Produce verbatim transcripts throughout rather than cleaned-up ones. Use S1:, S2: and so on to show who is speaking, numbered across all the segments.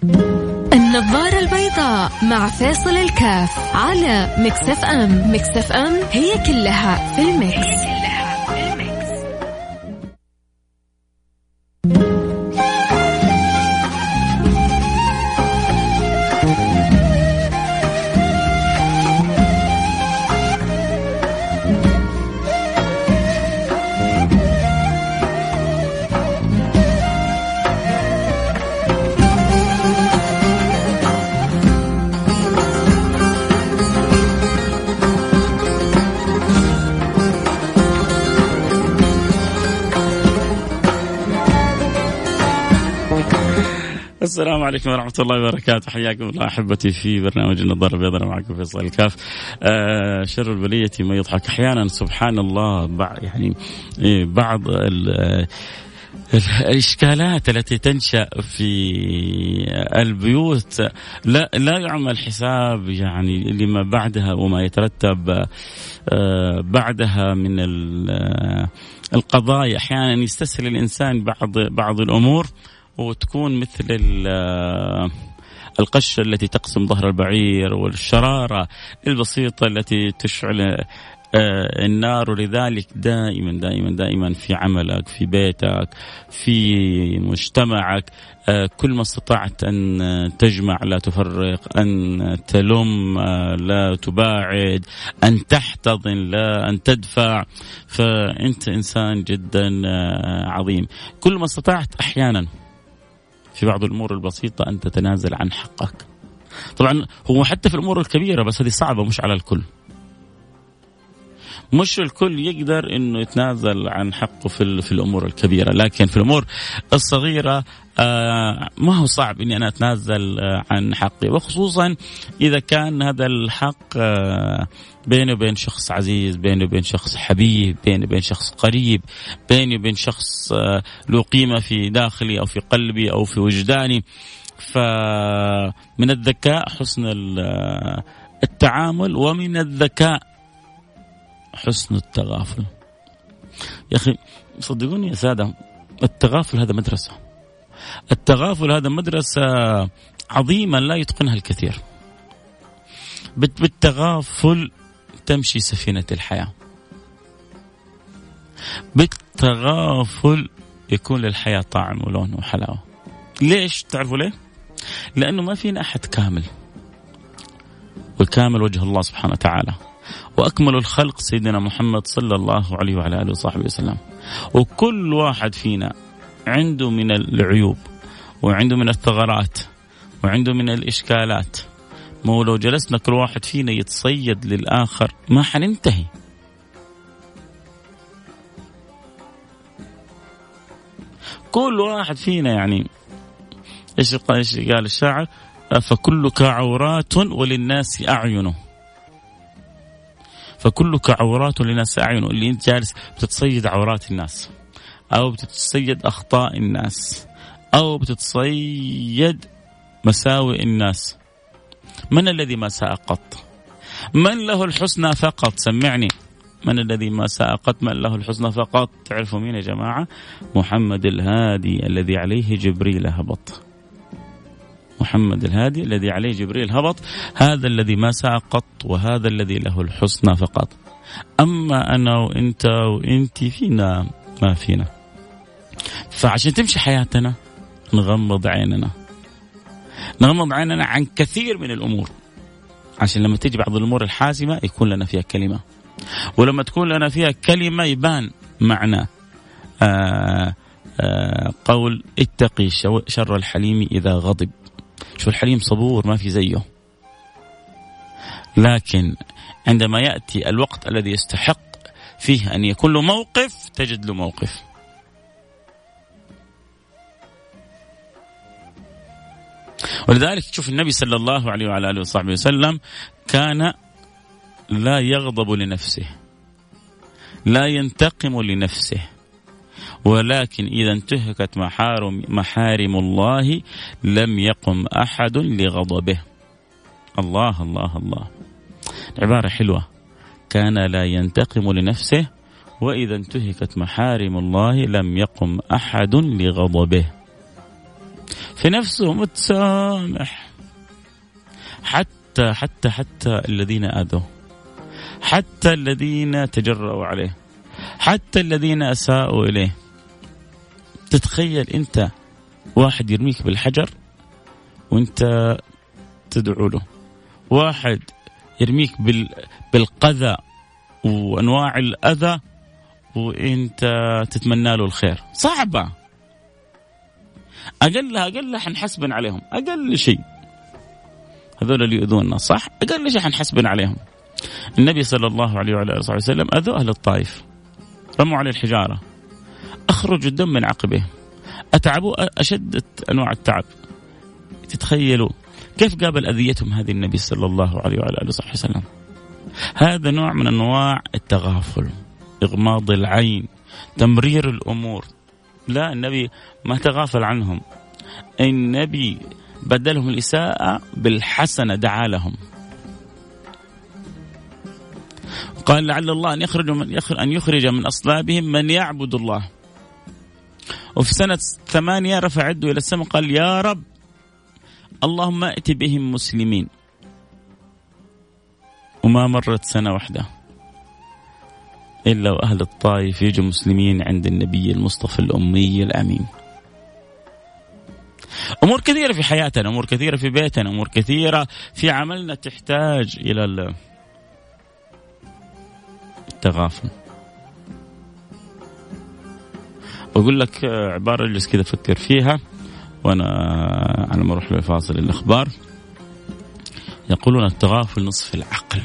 S1: النظارة البيضاء مع فاصل الكاف على ميكس اف ام. ميكس اف ام هي كلها في الميكس.
S2: السلام عليكم ورحمة الله وبركاته. حياكم الله أحبتي في برنامج النظارة البيضاء، معكم فيصل الكاف. آه شر البلية ما يضحك. أحيانا سبحان الله يعني بعض الإشكالات التي تنشأ في البيوت لا لا يعمل حساب يعني لما بعدها وما يترتب آه بعدها من القضايا. أحيانا يستسهل الإنسان بعض بعض الأمور وتكون مثل القشة التي تقسم ظهر البعير والشرارة البسيطة التي تشعل النار. ولذلك دائما دائما دائما في عملك، في بيتك، في مجتمعك، كل ما استطعت أن تجمع لا تفرق، أن تلم لا تباعد، أن تحتضن لا أن تدفع، فأنت إنسان جدا عظيم. كل ما استطعت أحيانا في بعض الأمور البسيطة أن تتنازل عن حقك. طبعا هو حتى في الأمور الكبيرة، بس هذه صعبة مش على الكل. مش الكل يقدر إنه يتنازل عن حقه في في الأمور الكبيرة، لكن في الأمور الصغيرة آه ما هو صعب إني أنا أتنازل آه عن حقي، وخصوصا إذا كان هذا الحق آه بيني وبين شخص عزيز، بيني وبين شخص حبيب، بيني وبين شخص قريب، بيني وبين شخص آه له قيمة في داخلي أو في قلبي أو في وجداني. فمن الذكاء حسن التعامل، ومن الذكاء حسن التغافل. يا أخي صدقوني يا سادة، التغافل هذا مدرسة. التغافل هذا مدرسة عظيمة لا يتقنها الكثير. بالتغافل تمشي سفينة الحياة، بالتغافل يكون للحياة طعم ولون وحلاوة. ليش؟ تعرفوا ليه؟ لأنه ما فينا أحد كامل، والكامل وجه الله سبحانه وتعالى، وأكمل الخلق سيدنا محمد صلى الله عليه وعلى آله وصحبه وسلم. وكل واحد فينا عنده من العيوب، وعنده من الثغرات، وعنده من الإشكالات. ما لو جلسنا كل واحد فينا يتصيد للآخر ما حننتهي. كل واحد فينا يعني إيش قال الشاعر؟ فكلك عورات وللناس أعينه. فكلك عورات للناس أعينه. اللي أنت جالس بتتصيد عورات الناس، أو بتتصيد أخطاء الناس، أو بتتصيد مساوئ الناس. من الذي ما ساء قط؟ من له الحسنى فقط؟ سمعني، من الذي ما ساء قط؟ من له الحسنى فقط؟ تعرفوا مين يا جماعة؟ محمد الهادي الذي عليه جبريل هبط. محمد الهادي الذي عليه جبريل هبط، هذا الذي ما ساء قط، وهذا الذي له الحسنى فقط. أما أنا وإنت وإنت فينا ما فينا. فعشان تمشي حياتنا نغمض عيننا، نغمض عيننا عن كثير من الأمور، عشان لما تيجي بعض الأمور الحاسمة يكون لنا فيها كلمة، ولما تكون لنا فيها كلمة يبان معنى آآ آآ قول اتقي شر الحليم إذا غضب. شو الحليم صبور ما في زيه، لكن عندما يأتي الوقت الذي يستحق فيه أن يكون له موقف تجد له موقف. ولذلك تشوف النبي صلى الله عليه وعلى آله وصحبه وسلم كان لا يغضب لنفسه، لا ينتقم لنفسه، ولكن إذا انتهكت محارم, محارم الله لم يقم أحد لغضبه. الله الله الله، عبارة حلوة. كان لا ينتقم لنفسه، وإذا انتهكت محارم الله لم يقم أحد لغضبه. في نفسه متسامح، حتى حتى حتى الذين آذوه، حتى الذين تجرؤوا عليه، حتى الذين أساءوا إليه. تتخيل أنت واحد يرميك بالحجر وأنت تدعو له، واحد يرميك بالقذى وأنواع الأذى وأنت تتمنى له الخير. صعبة. أقلها أقلها حنحسبن عليهم، أقل شيء هذول اللي يؤذوننا، صح؟ أقل شيء حنحسبن عليهم. النبي صلى الله عليه وعلى آله وسلم أذوا أهل الطائف، رموا عليه الحجارة، أخرجوا الدم من عقبه، أتعبوا أشد أنواع التعب. تتخيلوا كيف قابل أذيتهم هذه النبي صلى الله عليه وعلى آله وسلم. هذا نوع من أنواع التغافل، إغماض العين، تمرير الأمور. لا، النبي ما تغافل عنهم، النبي بدلهم الإساءة بالحسنة، دعا لهم، قال لعل الله أن يخرج من يخرج أن يخرج من أصلابهم من يعبد الله. وفي سنة ثمانية رفع يده إلى السماء قال يا رب اللهم ائت بهم مسلمين. وما مرت سنة واحدة إلا وأهل الطائف يجوا مسلمين عند النبي المصطفى الأمي الأمين. أمور كثيرة في حياتنا، أمور كثيرة في بيتنا، أمور كثيرة في عملنا تحتاج إلى التغافل. أقول لك عبارة أجلس كذا أفكر فيها وأنا على ما أروح لفاصل الأخبار. يقولون التغافل نصف العقل.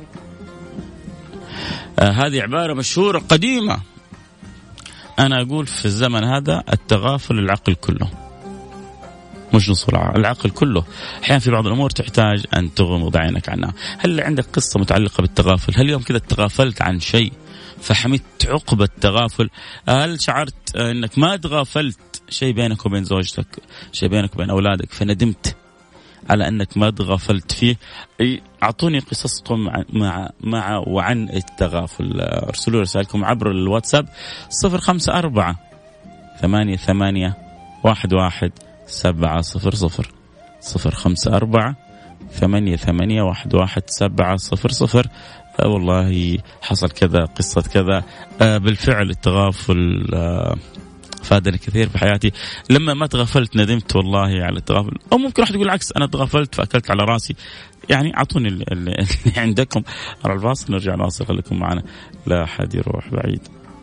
S2: آه هذه عبارة مشهورة قديمة. أنا أقول في الزمن هذا التغافل العقل كله، مش نصف العقل، العقل كله. أحيانا في بعض الأمور تحتاج أن تغمض عينك عنها. هل عندك قصة متعلقة بالتغافل؟ هل اليوم كذا تغافلت عن شيء فحميت عقب التغافل؟ هل شعرت أنك ما تغافلت شيء بينك وبين زوجتك، شيء بينك وبين أولادك، فندمت على أنك ما تغافلت فيه؟ أعطوني قصصكم مع مع وعن التغافل. ارسلوا رسائلكم عبر الواتساب صفر خمسة أربعة ثمانية ثمانية واحد واحد سبعة صفر صفر صفر خمسة أربعة ثمانية ثمانية واحد واحد سبعة صفر صفر. أه والله حصل كذا، قصة كذا. أه بالفعل التغافل أه فادني كثير في حياتي. لما ما تغفلت ندمت والله على التغافل. أو ممكن واحد يقول العكس، أنا تغفلت فأكلت على راسي. يعني أعطوني اللي, اللي عندكم. على الفاصل نرجع نواصل، خليكم معنا لا أحد يروح بعيد.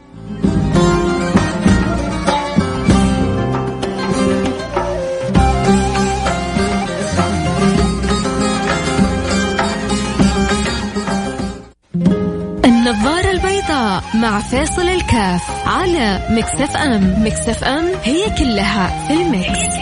S1: النظارة البيضاء مع فاصل الكاف على مكسف أم. مكسف أم هي كلها في المكس.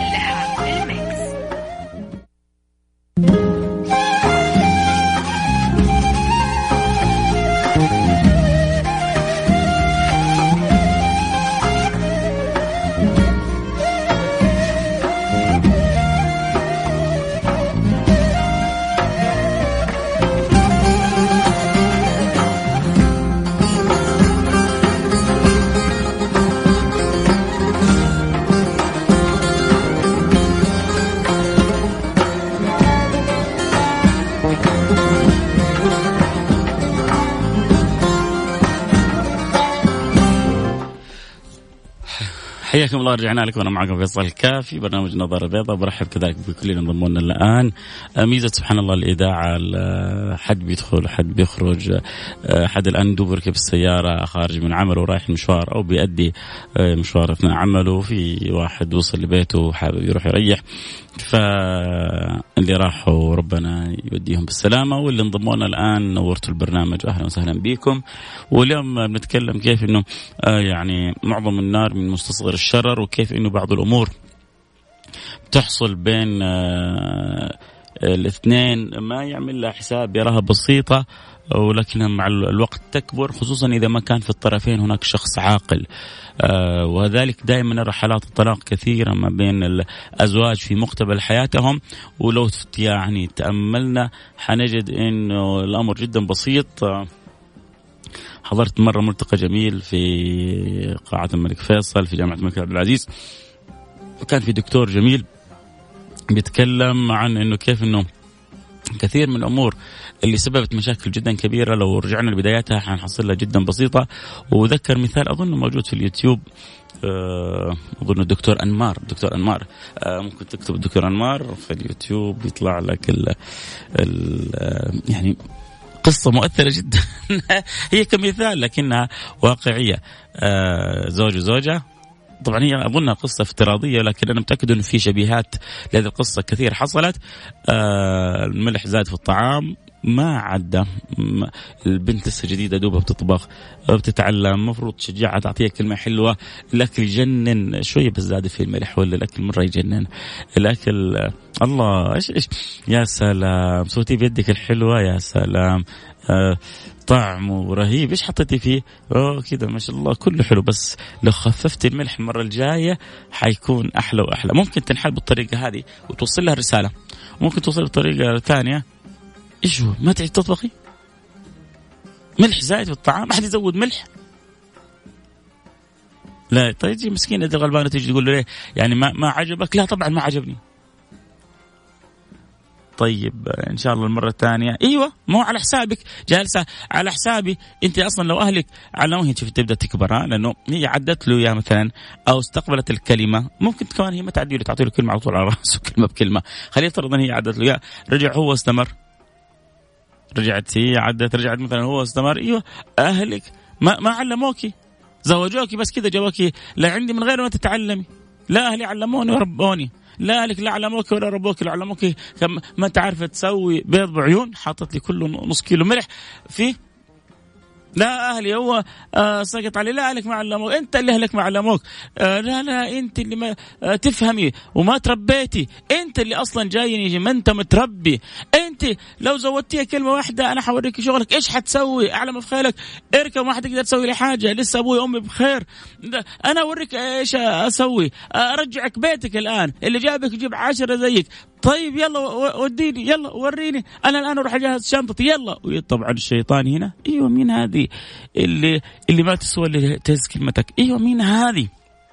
S2: حياكم الله، رجعنا لكم وانا معكم فيصل الكافي، برنامج نظارة بيضاء. برحب كذلك بكل اللي انضموا لنا الان. ميزه سبحان الله الاذاعه، حد بيدخل حد بيخرج، حد الان دوب ركب السياره خارج من عمله ورايح مشوار او بيؤدي مشوار اثناء عمله، في واحد وصل لبيته وحابب يروح يريح، فاللي راحوا ربنا يوديهم بالسلامه، واللي انضموا لنا الان نورتوا البرنامج، اهلا وسهلا بكم. واليوم بنتكلم كيف انه يعني معظم النار من مستصغر الشرر، وكيف انه بعض الامور تحصل بين الاثنين ما يعمل لها حساب، يراها بسيطة ولكنها مع الوقت تكبر، خصوصا إذا ما كان في الطرفين هناك شخص عاقل. وذلك دائما نرى حالات الطلاق كثيرة ما بين الأزواج في مقتبل حياتهم، ولو يعني تأملنا حنجد إنه الأمر جدا بسيط. حضرت مرة ملتقى جميل في قاعة الملك فيصل في جامعة الملك عبد العزيز، وكان في دكتور جميل بيتكلم عن انه كيف انه كثير من الامور اللي سببت مشاكل جدا كبيره لو رجعنا لبداياتها حنحصل لها جدا بسيطه. وذكر مثال اظن موجود في اليوتيوب، اظن الدكتور انمار دكتور انمار ممكن تكتب الدكتور انمار في اليوتيوب يطلع لك ال ال يعني قصة مؤثرة جدا هي كمثال لكنها واقعية. زوج وزوجة، طبعا هي أظنها قصة افتراضية لكن أنا متأكد أنه في شبيهات لهذه القصة كثير حصلت. الملح زاد في الطعام، ما عدى، البنت لسه جديدة دوبها بتطبخ بتتعلم، مفروض تشجعها تعطيها كلمة حلوة، الأكل يجنن شوية بس زاد في الملح ولا الأكل مرة يجنن الأكل. الله إيش إيش يا سلام سويتي بيدك الحلوة يا سلام، آه طعمه رهيب، إيش حطيتي فيه؟ أوه كده ما شاء الله كله حلو، بس لو خففتي الملح المرة الجاية حيكون أحلى وأحلى. ممكن تنحل بالطريقة هذه وتوصل لها رسالة، ممكن توصل بطريقة ثانية، إيش هو ما تعيد تطبخي؟ ملح زايد في الطعام، ما حد يزود ملح؟ لا طيب تجي مسكينة دي غلبانة تيجي تقول له ليه يعني ما ما عجبك؟ لا طبعا ما عجبني. طيب إن شاء الله المرة الثانية أيوة مو على حسابك، جالسة على حسابي أنت أصلا. لو أهلك علموه شوف تبدأ تكبر، لأنه هي عدت له يا مثلا أو استقبلت الكلمة، ممكن كمان هي ما تعدي له تعطي له كلمة على طول على رأسه كلمة بكلمة، خليه يفترض أن هي عدت له يا رجع هو استمر، رجعت هي عدت رجعت مثلا هو استمر. أيوة أهلك ما ما علموكي، زوجوكي بس كده جواكي لا عندي من غير ما تتعلمي، لا أهلي علموني وربوني، لا لك لا علموك ولا ربوك، لا علموك ما تعرف تسوي بيض بعيون، حاطت لي كله نص كيلو ملح فيه، لا أهلي هو آه سقط علي، لا أهلك ما علموك، أنت اللي أهلك ما علموك، آه لا لا أنت اللي ما آه تفهمي وما تربيتي، أنت اللي أصلا جايني ما أنت متربي، أنت لو زودتيها كلمة واحدة أنا حوريك شغلك إيش حتسوي، أعلم في خيالك اركب ما حتقدر تسوي لي حاجة، لسه أبوي وأمي بخير، أنا أوريك إيش أسوي، أرجعك بيتك الآن، اللي جابك يجيب عشرة زيك، طيب يلا وديني يلا وريني أنا الآن أروح أجهز شنطتي يلا. طبعا الشيطان هنا أيوة مين هذه اللي اللي ما تسوى اللي تهز كلمتك، أيوة مين هذه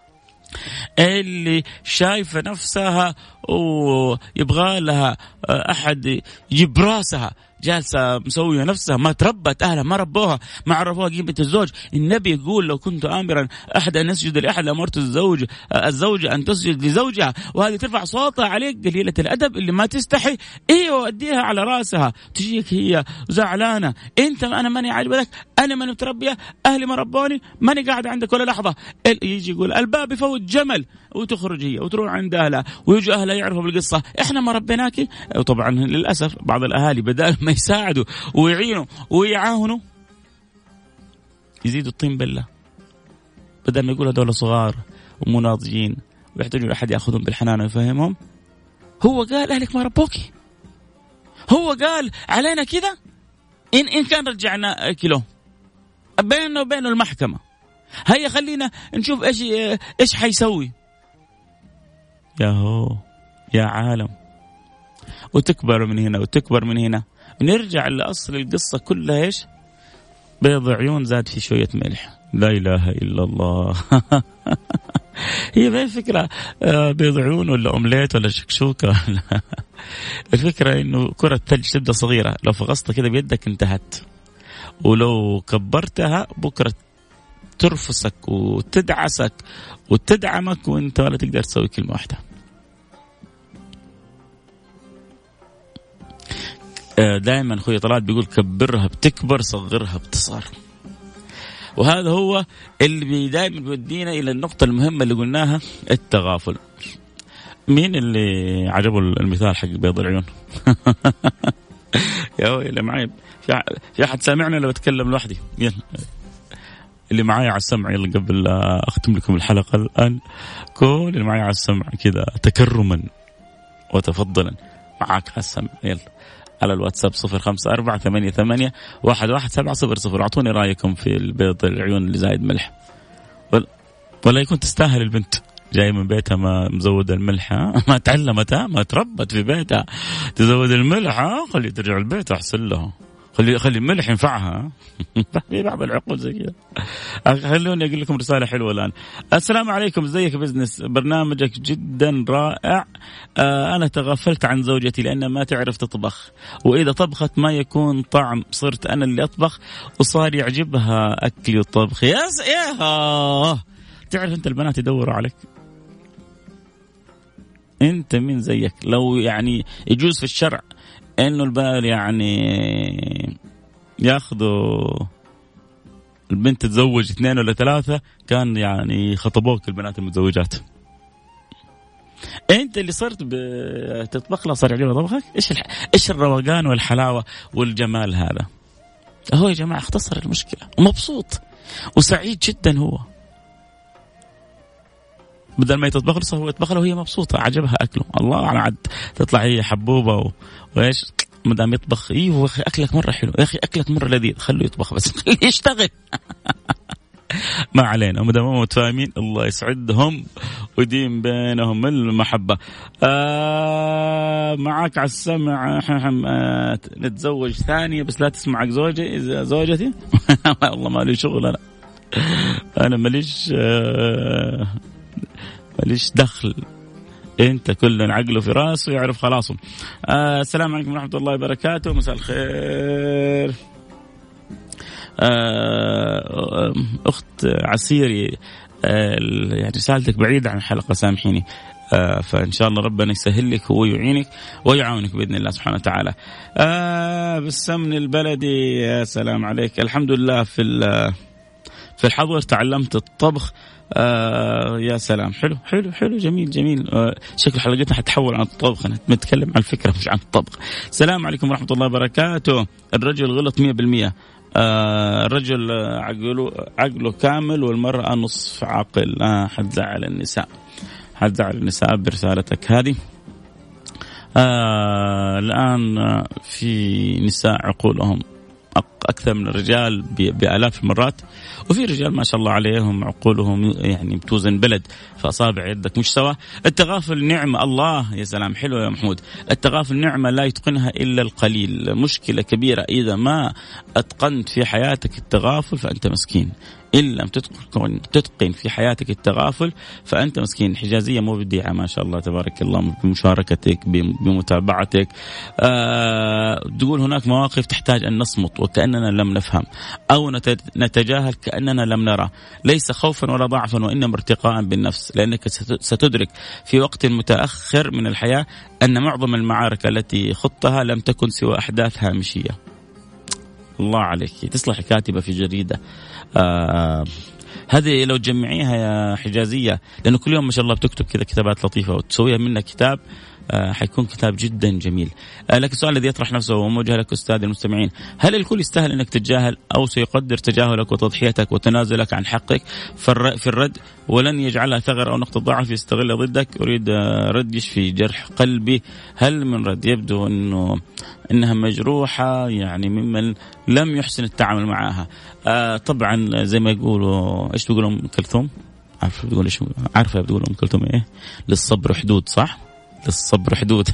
S2: اللي شايفة نفسها ويبغى لها أحد يجيب راسها، جالسة مسوية نفسها ما تربت أهلها ما ربوها ما عرفوها قيمة الزوج. النبي يقول لو كنت آمرا أحد أن يسجد لأحد لأمرت الزوج الزوجة أن تسجد لزوجها، وهذه ترفع صوتها عليك قليلة الأدب اللي ما تستحي ايوه اديها على راسها، تجيك هي زعلانة انت انا ماني عاجبك انا ماني متربية اهلي ما ربوني ماني قاعدة عندك ولا لحظة، يجي يقول الباب يفوت جمل وتخرج هي وتروح عند أهلها ويجوا أهلها يعرفوا بالقصة احنا ما ربيناكي. وطبعا للأسف بعض الأهالي بدال ما يساعدوا ويعينوا ويعاونوا يزيدوا الطين بلة، بدل ما يقول هذول صغار ومناضجين ويحتاجوا أحد يأخذهم بالحنان ويفهمهم، هو قال أهلك ما ربوكي، هو قال علينا كذا، إن إن كان رجعنا كيلو بينه وبينه المحكمة، هيا خلينا نشوف إيش إيش حيسوي. يا هو يا عالم، وتكبر من هنا وتكبر من هنا، نرجع لأصل القصة كلها إيش؟ بيض عيون زاد في شوية ملح، لا إله إلا الله. هي ما الفكرة بيض عيون ولا أومليت ولا شكشوكة. الفكرة إنه كرة ثلج تبدأ صغيرة، لو فغصتها كده بيدك انتهت، ولو كبرتها بكرة ترفسك وتدعسك وتدعمك وانت ولا تقدر تسوي كلمة واحدة. دائما أخوي طلعت بيقول كبرها بتكبر صغرها بتصغر، وهذا هو اللي دائما بيودينا إلى النقطة المهمة اللي قلناها، التغافل. مين اللي عجبه المثال حق بيض العيون؟ يا هو اللي معي في أحد سامعنا لو أتكلم لوحدي؟ يلا اللي معايا على السمع يلا قبل أختم لكم الحلقة الآن، كل اللي معايا على السمع كذا تكرما وتفضلا معاك على السمع يلا على الواتساب صفر خمسة أربعة ثمانية ثمانية واحد واحد سبعة صفر صفر. أعطوني رأيكم في البيض العيون اللي زايد ملح، ولا يكون تستاهل البنت جاي من بيتها ما مزود الملح، ما تعلمت ما تربت في بيتها تزود الملح، خلي ترجع البيت أحسن لها، خلي خلي الملح ينفعها. في بعض العقول زي كذا. خلوني أقول لكم رسالة حلوة الآن. السلام عليكم، ازيك بزنس، برنامجك جدا رائع. آه أنا تغفلت عن زوجتي لأنها ما تعرف تطبخ، وإذا طبخت ما يكون طعم، صرت أنا اللي أطبخ وصار يعجبها أكلي وطبخي. يا يا تعرف أنت البنات يدوروا عليك، أنت مين زيك؟ لو يعني يجوز في الشرع إنه البال يعني ياخذوا البنت تتزوج اثنين ولا ثلاثة، كان يعني خطبوك البنات المتزوجات. انت اللي صرت بتطبخ لها صار يعجبها طبخك. ايش الح... ايش الروقان والحلاوة والجمال هذا؟ هو يا جماعة اختصر المشكلة ومبسوط وسعيد جدا. هو بدل ما يتطبخ له هو يطبخ له وهي مبسوطة، عجبها أكله. الله على عد تطلع هي حبوبة و... وإيش مدام يطبخ. إيه هو أكلك مرة حلو يا أخي، أكلك مرة لذيذ، خليه يطبخ بس خليه يشتغل. ما علينا، مدام هم متفاهمين الله يسعدهم ودين بينهم المحبة. آه معك على السمع. نتزوج ثانية بس لا تسمعك زوجي زوجتي. والله ما لي شغل أنا أنا ماليش آه ماليش دخل، انت كل عقله في راسه يعرف خلاصه. آه السلام عليكم ورحمة الله وبركاته، مساء الخير. آه اخت عسيري، آه يعني رسالتك بعيدة عن الحلقة سامحيني، آه فإن شاء الله ربنا يسهل لك ويعينك ويعاونك بإذن الله سبحانه وتعالى. آه بالسمن البلدي، يا سلام عليك. الحمد لله في في الحضر تعلمت الطبخ. آه يا سلام، حلو حلو حلو جميل جميل. آه شكل حلقتنا حتحول عن الطبخ، أنا نتكلم عن الفكرة مش عن الطبخ. السلام عليكم ورحمة الله وبركاته. الرجل غلط مية بالمية. آه الرجل عقله عقله كامل والمرأة نصف عقل. آه حتزعل النساء، حتزعل النساء برسالتك هذه. آه الآن في نساء عقولهم أكثر من الرجال بآلاف المرات، وفي رجال ما شاء الله عليهم عقولهم يعني بتوزن بلد فأصابع يدك مش سوا. التغافل نعمة، الله يا سلام حلو يا محمود. التغافل نعمة لا يتقنها إلا القليل، مشكلة كبيرة. إذا ما أتقنت في حياتك التغافل فأنت مسكين. إن لم تتقن تتقن في حياتك التغافل فأنت مسكين. حجازية مو بديعة ما شاء الله تبارك الله، بمشاركتك بمتابعتك. آه تقول هناك مواقف تحتاج أن نصمت وكأننا لم نفهم، أو نتجاهل كأننا لم نرى، ليس خوفا ولا ضعفا وإنما ارتقاء بالنفس، لأنك ستدرك في وقت متأخر من الحياة أن معظم المعارك التي خضتها لم تكن سوى أحداث هامشية. الله عليك، تصلح كاتبة في جريدة. آه هذه لو تجمعيها يا حجازية، لأنه كل يوم ما شاء الله بتكتب كذا كتابات لطيفة وتسويها منها كتاب، آه حيكون كتاب جدا جميل. آه لكن السؤال الذي يطرح نفسه وموجه لك أستاذ المستمعين، هل الكل يستاهل أنك تتجاهل أو سيقدر تجاهلك وتضحيتك وتنازلك عن حقك في الرد ولن يجعلها ثغر أو نقطة ضعف يستغل ضدك؟ أريد رد يشفي جرح قلبي. هل من رد؟ يبدو أنه إنها مجروحة يعني ممن لم يحسن التعامل معها. آه طبعا زي ما يقولوا، إيش بيقولوا أم كلثوم؟ عارفة بيقول إيش؟ عارفة بيقولوا أم كلثوم إيه؟ للصبر حدود، صح؟ للصبر حدود.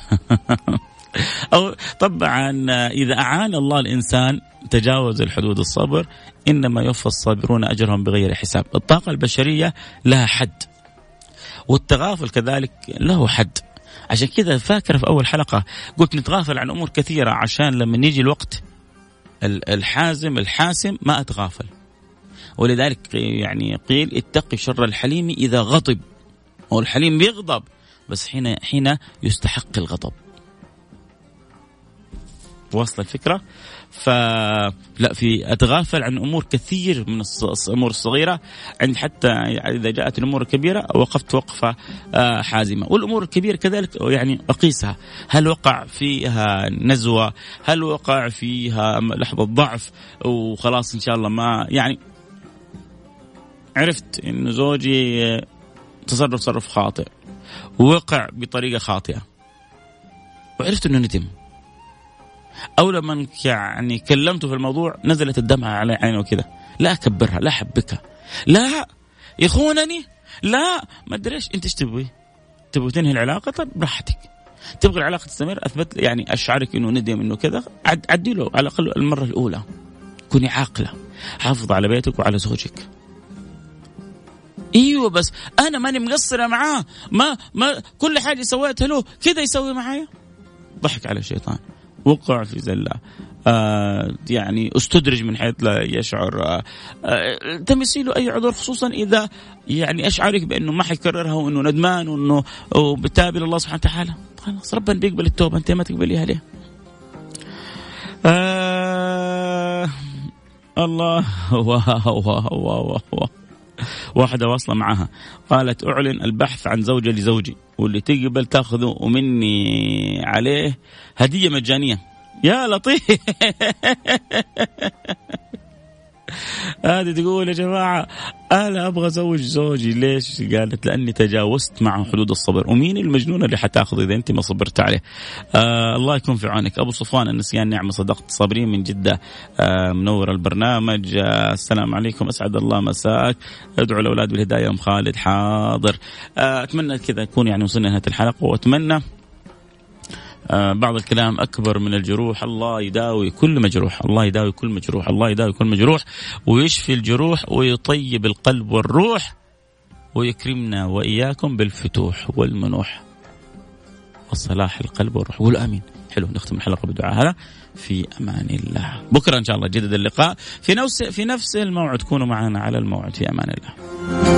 S2: أو طبعا إذا أعان الله الإنسان تجاوز الحدود الصبر إنما يوفى الصابرون أجرهم بغير حساب. الطاقة البشرية لها حد، والتغافل كذلك له حد. عشان كذا فاكر في أول حلقة قلت نتغافل عن أمور كثيرة عشان لما يجي الوقت الحازم الحاسم ما أتغافل. ولذلك يعني قيل اتقي شر الحليم إذا غضب، والحليم بيغضب بس حين حين يستحق الغضب. وصل الفكرة؟ فلا في أتغافل عن أمور كثير من الأمور الصغيرة، عند حتى إذا جاءت الأمور الكبيرة وقفت وقفة حازمة. والأمور الكبيرة كذلك يعني أقيسها، هل وقع فيها نزوة، هل وقع فيها لحظة ضعف وخلاص إن شاء الله ما يعني عرفت إنه زوجي تصرف تصرف خاطئ ووقع بطريقة خاطئة وعرفت إنه ندم، أو لما يعني كلمته في الموضوع نزلت الدمعة على عينه وكذا، لا أكبرها، لا أحبكها، لا يخونني، لا ما أدري إيش. أنت إيش تبغي؟ تبغي تنهي العلاقة؟ طب براحتك. تبغى العلاقة تستمر، أثبت يعني أشعرك إنه ندم إنه كذا، عد عدي له على الأقل المرة الأولى. كوني عاقلة، حافظ على بيتك وعلى زوجك. ايوه بس انا ماني مقصره معاه، ما ما كل حاجه سويتها له كذا يسوي معايا. ضحك على الشيطان، وقع في زله، آه يعني استدرج من حيث لا يشعر، آه آه تمثيل له اي عذر، خصوصا اذا يعني اشعرك بانه ما حيكررها وانه ندمان وانه وبتاب الى الله سبحانه وتعالى. خلاص ربنا بيقبل التوبه، انت ما تقبليها ليه؟ آه الله. واو واو واو واو. واحدة واصلة معها قالت أعلن البحث عن زوجة لزوجي، واللي تقبل تأخذه ومني عليه هدية مجانية. يا لطيف. هذه تقول يا جماعة أنا أبغى زوج زوجي. ليش؟ قالت لأني تجاوزت معه حدود الصبر. ومين المجنون اللي حتاخذ إذا أنت ما صبرت عليه؟ آه الله يكون في عونك. أبو صفوان النسيان نعمة صدقت صابرين من جدة، آه منور البرنامج. آه السلام عليكم، أسعد الله مساك، ادعو الأولاد بالهداية. أم خالد حاضر. آه أتمنى كذا نكون يعني وصلنا نهاية الحلقة، وأتمنى آه بعض الكلام أكبر من الجروح. الله يداوي كل مجروح، الله يداوي كل مجروح، الله يداوي كل مجروح ويشفي الجروح ويطيب القلب والروح ويكرمنا وإياكم بالفتوح والمنوح وصلاح القلب والروح. قول آمين. حلو، نختم الحلقة بالدعاء هذا. في أمان الله. بكرة إن شاء الله جدد اللقاء في نفس في نفس الموعد. كونوا معنا على الموعد. في أمان الله.